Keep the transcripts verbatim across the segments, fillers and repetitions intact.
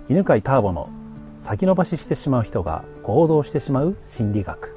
犬飼ターボの先延ばししてしまう人が行動してしまう心理学。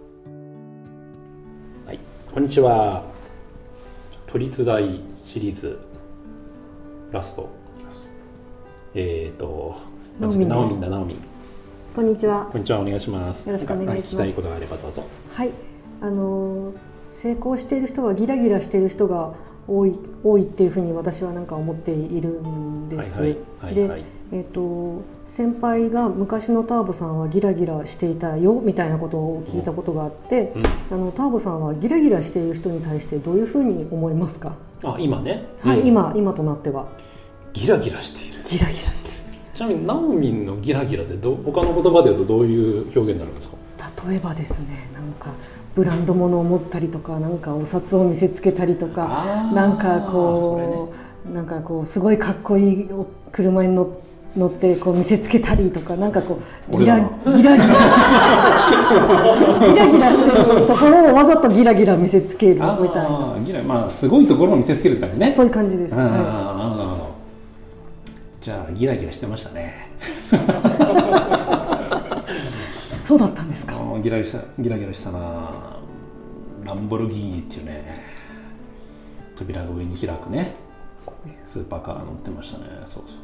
はい、こんにちは。都立大シリーズラスト。えっ、ー、と、ナオミンだ、ナオミン。 こんにちは。 こんにちは、お願いします。 よろしくお願いします。 聞きたいことがあればどうぞ。 はい、あの成功している人はギラギラしている人が多い多いっていうふうに私はなんか思っているんです。 はいはいはいはい、 で、えっと先輩が昔のターボさんはギラギラしていたよみたいなことを聞いたことがあって、うん、あのターボさんはギラギラしている人に対してどういうふうに思いますか？ あ、今ね。 はい、 うん、 今今となってはギラギラしている。 ギラギラしている。 ちなみにナオミンのギラギラってど他の言葉で言うとどういう表現になるんですか？ 例えばですね、なんかブランド物を持ったりとか、なんかお札を見せつけたりとか、なんかこう、ね、なんかこうすごいかっこいい車に乗乗ってこう見せつけたりとか、なんかこうギラギラギラギラギラしてるところをわざとギラギラ見せつけるみたいな。 ギラ、まあすごいところを見せつけるって感じね。 そういう感じです。 あ、はい、なるほど。じゃあギラギラしてましたね。 そうだったんですか？ ギラギラした、ギラギラしたな。ランボルギーニっていうね、扉が上に開くねスーパーカー乗ってましたね。そうそうそう。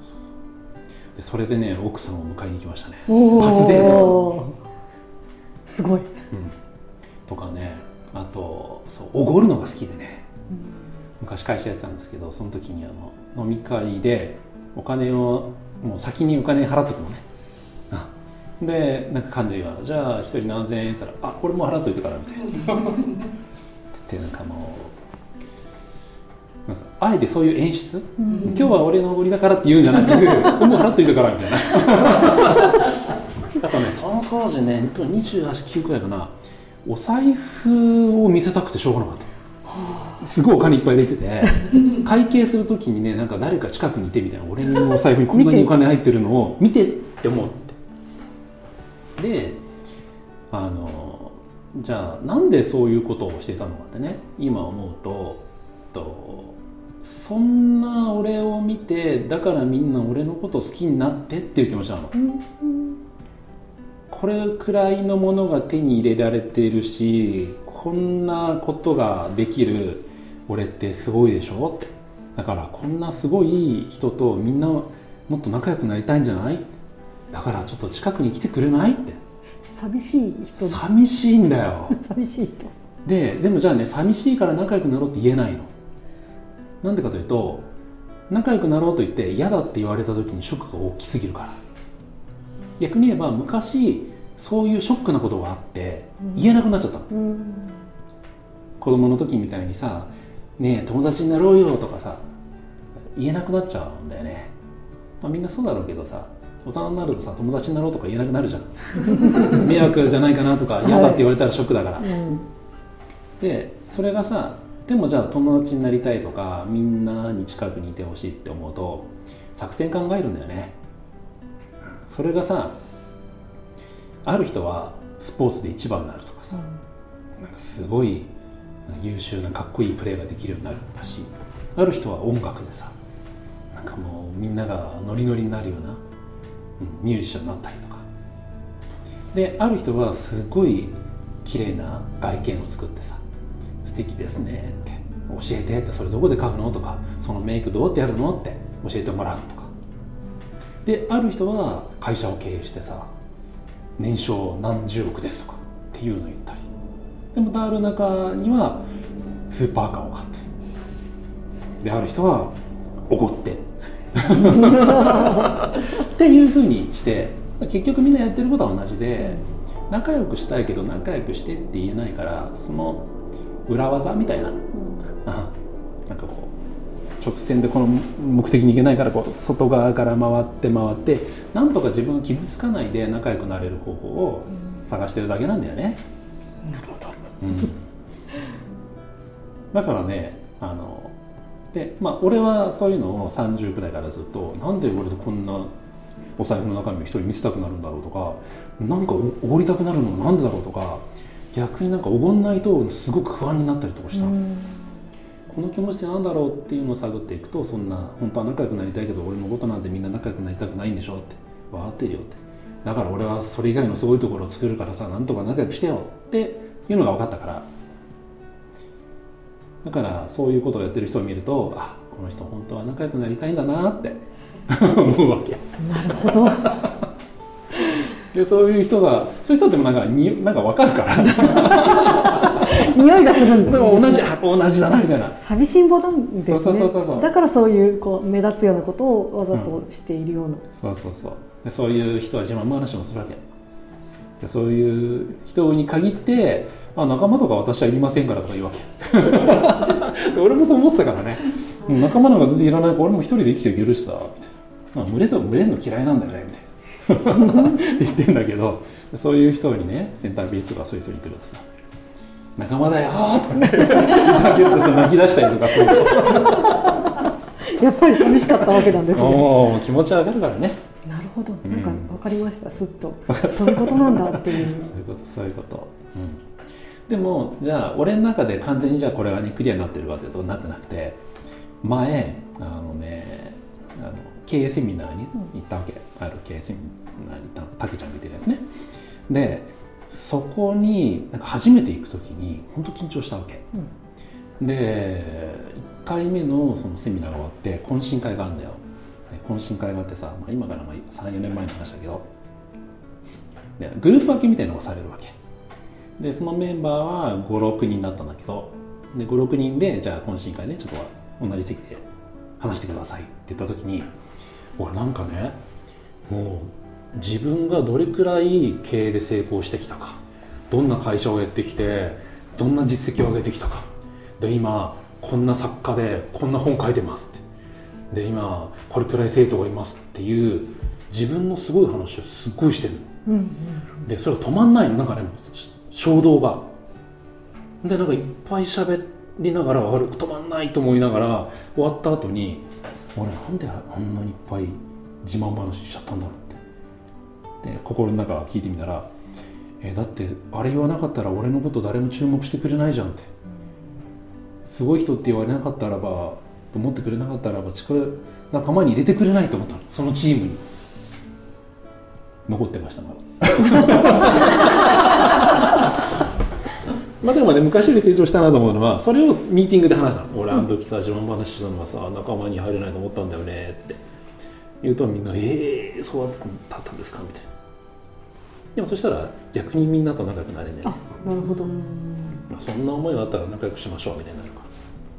でそれでね、奥さんを迎えに行きましたね。初デート。 すごい、うん、 とかね。あとそう、おごるのが好きでね、うん、昔会社やってたんですけど、その時にあの飲み会でお金をもう先にお金払っとくのね。でなんか幹事がじゃあ一人何千円って言ったら、あ、これもう払っといてからみたいなってなんかもうなんかあえてそういう演出、うん、今日は俺のおごりだからって言うんじゃなくもう払っといてからみたいなあとね、その当時ねにじゅうはち、きゅうくらいかな、お財布を見せたくてしょうがなかった。すごいお金いっぱい入れてて会計するときにね、なんか誰か近くにいてみたいな、俺のお財布にこんなにお金入ってるのを見てって思って、で、あのじゃあなんでそういうことをしていたのかってね、今思うと、とそんな俺を見てだからみんな俺のことを好きになってっていう気持ちなの、うん、これくらいのものが手に入れられているし、こんなことができる俺ってすごいでしょって、だからこんなすごい人とみんなもっと仲良くなりたいんじゃない、だからちょっと近くに来てくれないって。 寂しい人。 寂しいんだよ寂しい人で、でもじゃあね、寂しいから仲良くなろうって言えないの。なんでかというと、仲良くなろうと言って嫌だって言われた時にショックが大きすぎるから。逆に言えば昔そういうショックなことがあって言えなくなっちゃったの、うん、子供の時みたいにさ、ねえ友達になろうよとかさ言えなくなっちゃうんだよね。まあみんなそうだろうけどさ、大人になるとさ、友達になろうとか言えなくなるじゃん迷惑じゃないかなとか、嫌だって言われたらショックだから、はい、うん、でそれがさ、でもじゃあ友達になりたいとかみんなに近くにいてほしいって思うと作戦考えるんだよね。それがさ、ある人はスポーツで一番になるとかさ、うん、なんかすごい優秀なかっこいいプレーができるようになるんだし、ある人は音楽でさ、なんかもうみんながノリノリになるようなミュージシャンになったりとかで、ある人はすごい綺麗な外見を作ってさ、素敵ですねって教えてって、それどこで買うのとか、そのメイクどうやってやるのって教えてもらうとかで、ある人は会社を経営してさ、年商何十億ですとかっていうのを言ったり、でもある中にはスーパーカーを買って、である人はおごってっていう風にして、結局みんなやってることは同じで、仲良くしたいけど仲良くしてって言えないから、その裏技みたいな、うん、なんかこう直線でこの目的に行けないからこう外側から回って回ってなんとか自分が傷つかないで仲良くなれる方法を探してるだけなんだよね、 うん、なるほど、 うん、だからね、あので、まあ、俺はそういうのをさんじゅうくらいからずっと、なんで俺でこんなお財布の中身を一人見せたくなるんだろうとか、なんかおごりたくなるのなんでだろうとか、逆になんかおごんないとすごく不安になったりとかした、うん、この気持ちってなんだろうっていうのを探っていくと、そんな本当は仲良くなりたいけど俺のことなんてみんな仲良くなりたくないんでしょって分かってるよって、だから俺はそれ以外のすごいところを作るからさ、なんとか仲良くしてよっていうのが分かったから、だからそういうことをやってる人を見ると、あ、この人本当は仲良くなりたいんだなって思うわけ。 なるほど。 でそういう人が、そういう人ってもなんかになんか分かるから匂いがするんだ、ね、 同じ同じだなみたいな。 寂しんぼなんですね。 そうそうそうそう。 だからそういうこう目立つようなことをわざとしているような、うん、 そうそうそう。でそういう人は自慢話もするわけで、そういう人に限ってあ、仲間とか私はいりませんからとか言うわけ俺もそう思ってたからね、仲間なんか全然いらないから、俺も一人で生きていけるしさみたいな、群れと群れるの嫌いなんだよねみたいなって言ってんだけど、そういう人にね、センタービーツがそういう人に来るとさ、仲間だよーとか言ってあげるとさ、泣き出したりとかするやっぱり寂しかったわけなんですね。 お気持ち上がるからね。 なるほど、なんか分かりました、すっとそういうことなんだっていうそういうことそういうこと、うん、でもじゃあ俺の中で完全にじゃあこれがねクリアになってるかっていうとなってなくて、前あのねあの経営セミナーに行ったわけ、うん、ある経営セミナーに行ったたけちゃんが見てるやつね。でそこになんか初めて行く時に本当緊張したわけ、うん、でいっかいめのそのセミナーが終わって懇親会があるんだよ。懇親会があってさ、まあ、今からまあさん、よねんまえの話だけど、でグループ分けみたいなのがされるわけで、そのメンバーはご、ろくにんだったんだけど、でご、ろくにんでじゃあ懇親会ねちょっと同じ席で話してくださいって言った時に、俺なんかね、もう自分がどれくらい経営で成功してきたか、どんな会社をやってきてどんな実績を上げてきたかで、今こんな作家でこんな本書いてますってで、今これくらい生徒がいますっていう自分のすごい話をすっごいしてるの、うんうん、でそれが止まんないの、なんかね衝動がで、なんかいっぱい喋りながら、止まんないと思いながら終わった後に、俺なんであんなにいっぱい自慢話しちゃったんだろうって、で心の中聞いてみたら、えー、だってあれ言わなかったら俺のこと誰も注目してくれないじゃんって、すごい人って言われなかったらば、思ってくれなかったらば仲間に入れてくれないと思ったの、そのチームに残ってましたからまあでもね、昔より成長したなと思うのは、それをミーティングで話したの。俺あの時さ、自慢話したのはさ、仲間に入れないと思ったんだよねって言うと、みんなえー、そうだったんですかみたいな。でもそしたら逆にみんなと仲良くなれねえ。 あ、なるほど、 まあ、そんな思いがあったら仲良くしましょうみたいになるから、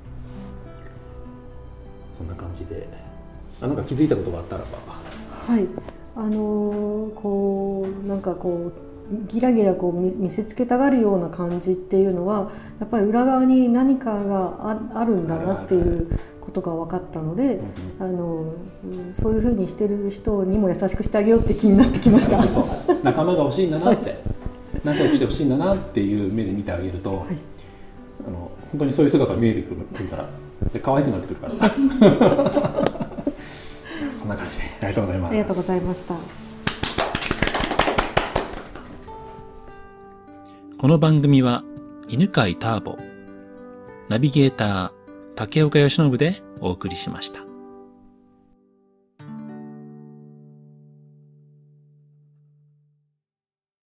そんな感じで、あ、なんか気づいたことがあったらば。 はい、あのー、こうなんかこうギラギラこう 見, 見せつけたがるような感じっていうのは、やっぱり裏側に何かが あ, あるんだなっていうことが分かったので、あのそういうふうにしてる人にも優しくしてあげようって気になってきました。 そうそう仲間が欲しいんだなって、はい、仲良くしてほしいんだなっていう目で見てあげると、はい、あの本当にそういう姿が見えてくるから、で可愛くなってくるからそんな感じで、ありがとうございます。 ありがとうございました。 この番組は犬飼ターボ、ナビゲーター竹岡由伸でお送りしました。